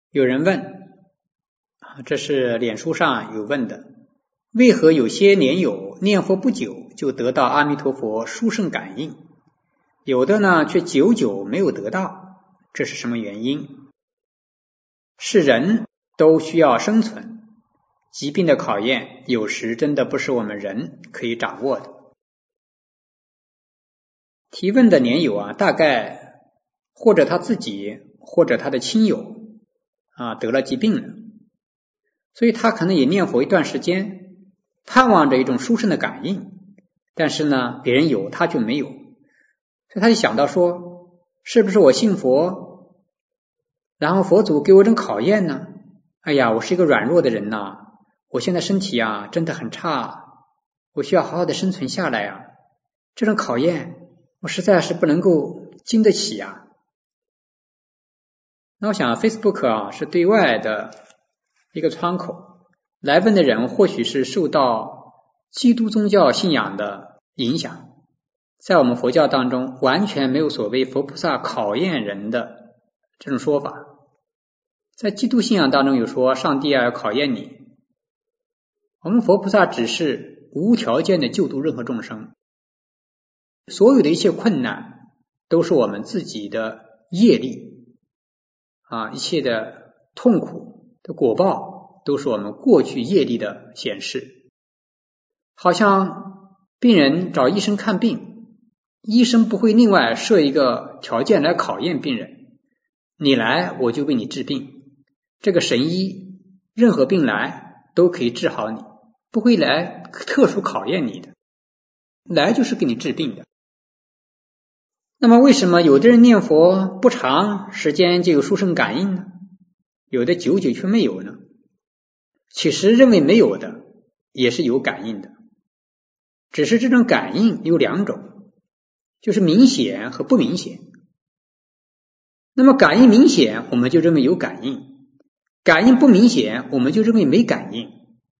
有人问，这是脸书上有问的，为何有些年友念佛不久就得到阿弥陀佛殊胜感应，有的呢却久久没有得到，这是什么原因？是人都需要生存，疾病的考验有时真的不是我们人可以掌握的。提问的年友大概或者他自己或者他的亲友得了疾病了，所以他可能也念佛一段时间，盼望着一种殊胜的感应，但是呢别人有他却没有，所以他就想到说，是不是我信佛，然后佛祖给我一种考验呢？哎呀，我是一个软弱的人呐，我现在身体真的很差，我需要好好的生存下来这种考验我实在是不能够经得起那我想 Facebook 是对外的一个窗口，来问的人或许是受到基督宗教信仰的影响，在我们佛教当中完全没有所谓佛菩萨考验人的这种说法，在基督信仰当中有说上帝要考验你，我们佛菩萨只是无条件的救度任何众生，所有的一切困难都是我们自己的业力一切的痛苦的果报都是我们过去业力的显示。好像病人找医生看病，医生不会另外设一个条件来考验病人，你来我就为你治病，这个神医任何病来都可以治好你，不会来特殊考验你的，来就是给你治病的。那么为什么有的人念佛不长时间就有殊胜感应呢？有的久久却没有呢？其实认为没有的也是有感应的，只是这种感应有两种，就是明显和不明显。那么感应明显我们就认为有感应，感应不明显我们就认为没感应。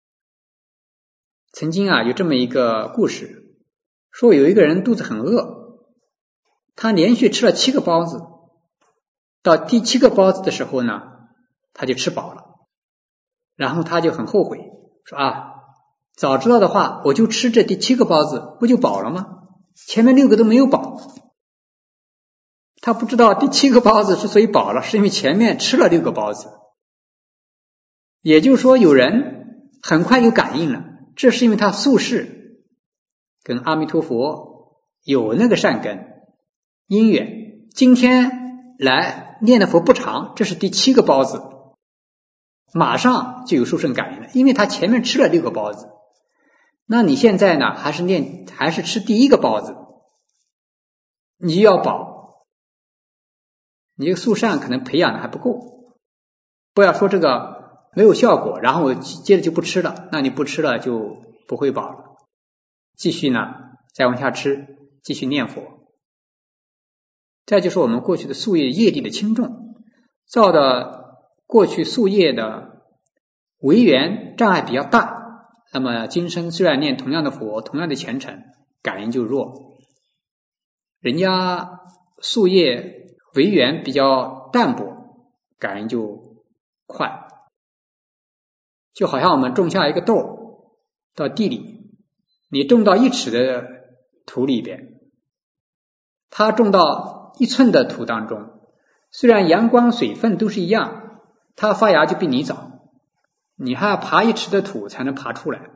曾经有这么一个故事，说有一个人肚子很饿，他连续吃了7个包子，到第7个包子的时候呢，他就吃饱了，然后他就很后悔，说早知道的话我就吃这第7个包子不就饱了吗？前面6个都没有饱。他不知道第7个包子之所以饱了，是因为前面吃了6个包子。也就是说有人很快有感应了，这是因为他宿世跟阿弥陀佛有那个善根因缘，今天来念的佛不长，这是第7个包子，马上就有殊胜感应了，因为他前面吃了6个包子。那你现在呢还是吃第1个包子，你就要饱，你这个宿善可能培养的还不够，不要说这个没有效果，然后我接着就不吃了，那你不吃了就不会饱了，继续呢再往下吃，继续念佛。再就是我们过去的宿业业力的轻重，造的过去宿业的违缘障碍比较大，那么今生虽然念同样的佛，同样的虔诚，感应就弱。人家宿业违缘比较淡薄，感应就快。就好像我们种下一个豆到地里，你种到1尺的土里边，它种到1寸的土当中，虽然阳光水分都是一样，它发芽就比你早，你还要爬1尺的土才能爬出来，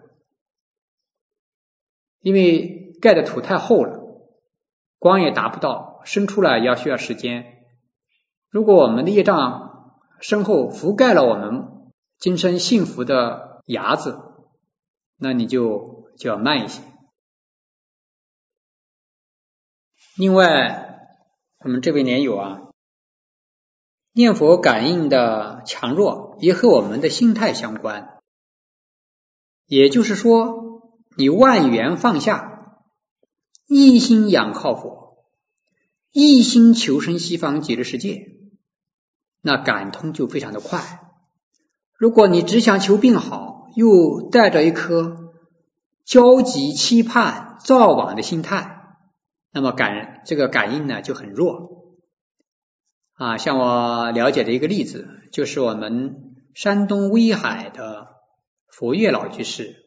因为盖的土太厚了，光也达不到，生出来也要需要时间。如果我们的业障深厚覆盖了我们今生幸福的芽子，那你就要慢一些。另外我们这位年友念佛感应的强弱也和我们的心态相关，也就是说你万缘放下，一心仰靠佛，一心求生西方极乐世界，那感通就非常的快。如果你只想求病好，又带着一颗焦急期盼造往的心态，那么这个感应呢就很弱像我了解的一个例子，就是我们山东威海的佛月老居士，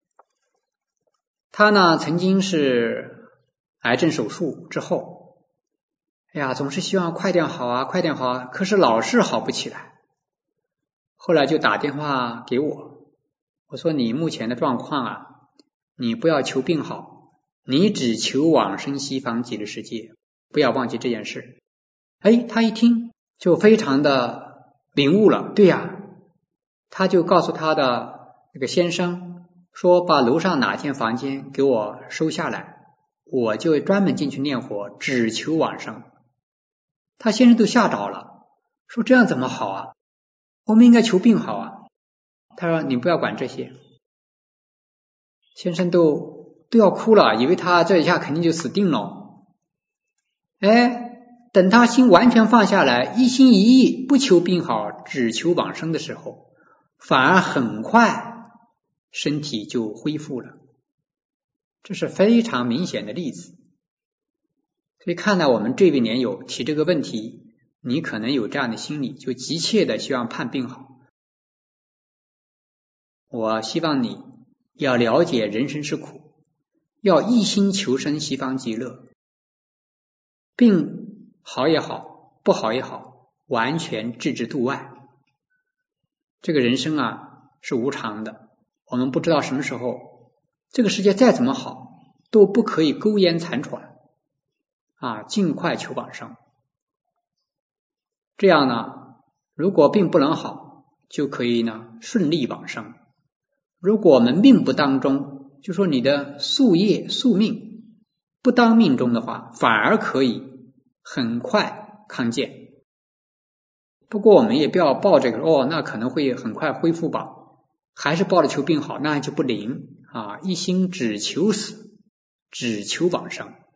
他呢曾经是癌症手术之后，总是希望快点好啊，快点好啊，可是老是好不起来。后来就打电话给我，我说你目前的状况你不要求病好，你只求往生西方极乐世界，不要忘记这件事。他一听就非常的领悟了，对呀，他就告诉他的那个先生说，把楼上哪间房间给我收下来，我就专门进去念佛，只求往生。他先生都吓着了，说这样怎么好啊，我们应该求病好啊。他说你不要管这些。先生都要哭了，以为他这一下肯定就死定了。等他心完全放下来，一心一意不求病好，只求往生的时候，反而很快身体就恢复了。这是非常明显的例子。所以看来我们这位年友提这个问题，你可能有这样的心理，就急切的希望盼病好。我希望你要了解人生是苦，要一心求生西方极乐，病好也好，不好也好，完全置之度外。这个人生是无常的，我们不知道什么时候这个世界再怎么好都不可以苟延残喘尽快求往生。这样呢，如果病不能好，就可以呢顺利往生。如果我们命不当中，就说你的宿业宿命不当命中的话，反而可以很快康健。不过我们也不要抱这个那可能会很快恢复吧，还是抱着求病好，那就不灵一心只求死，只求往生。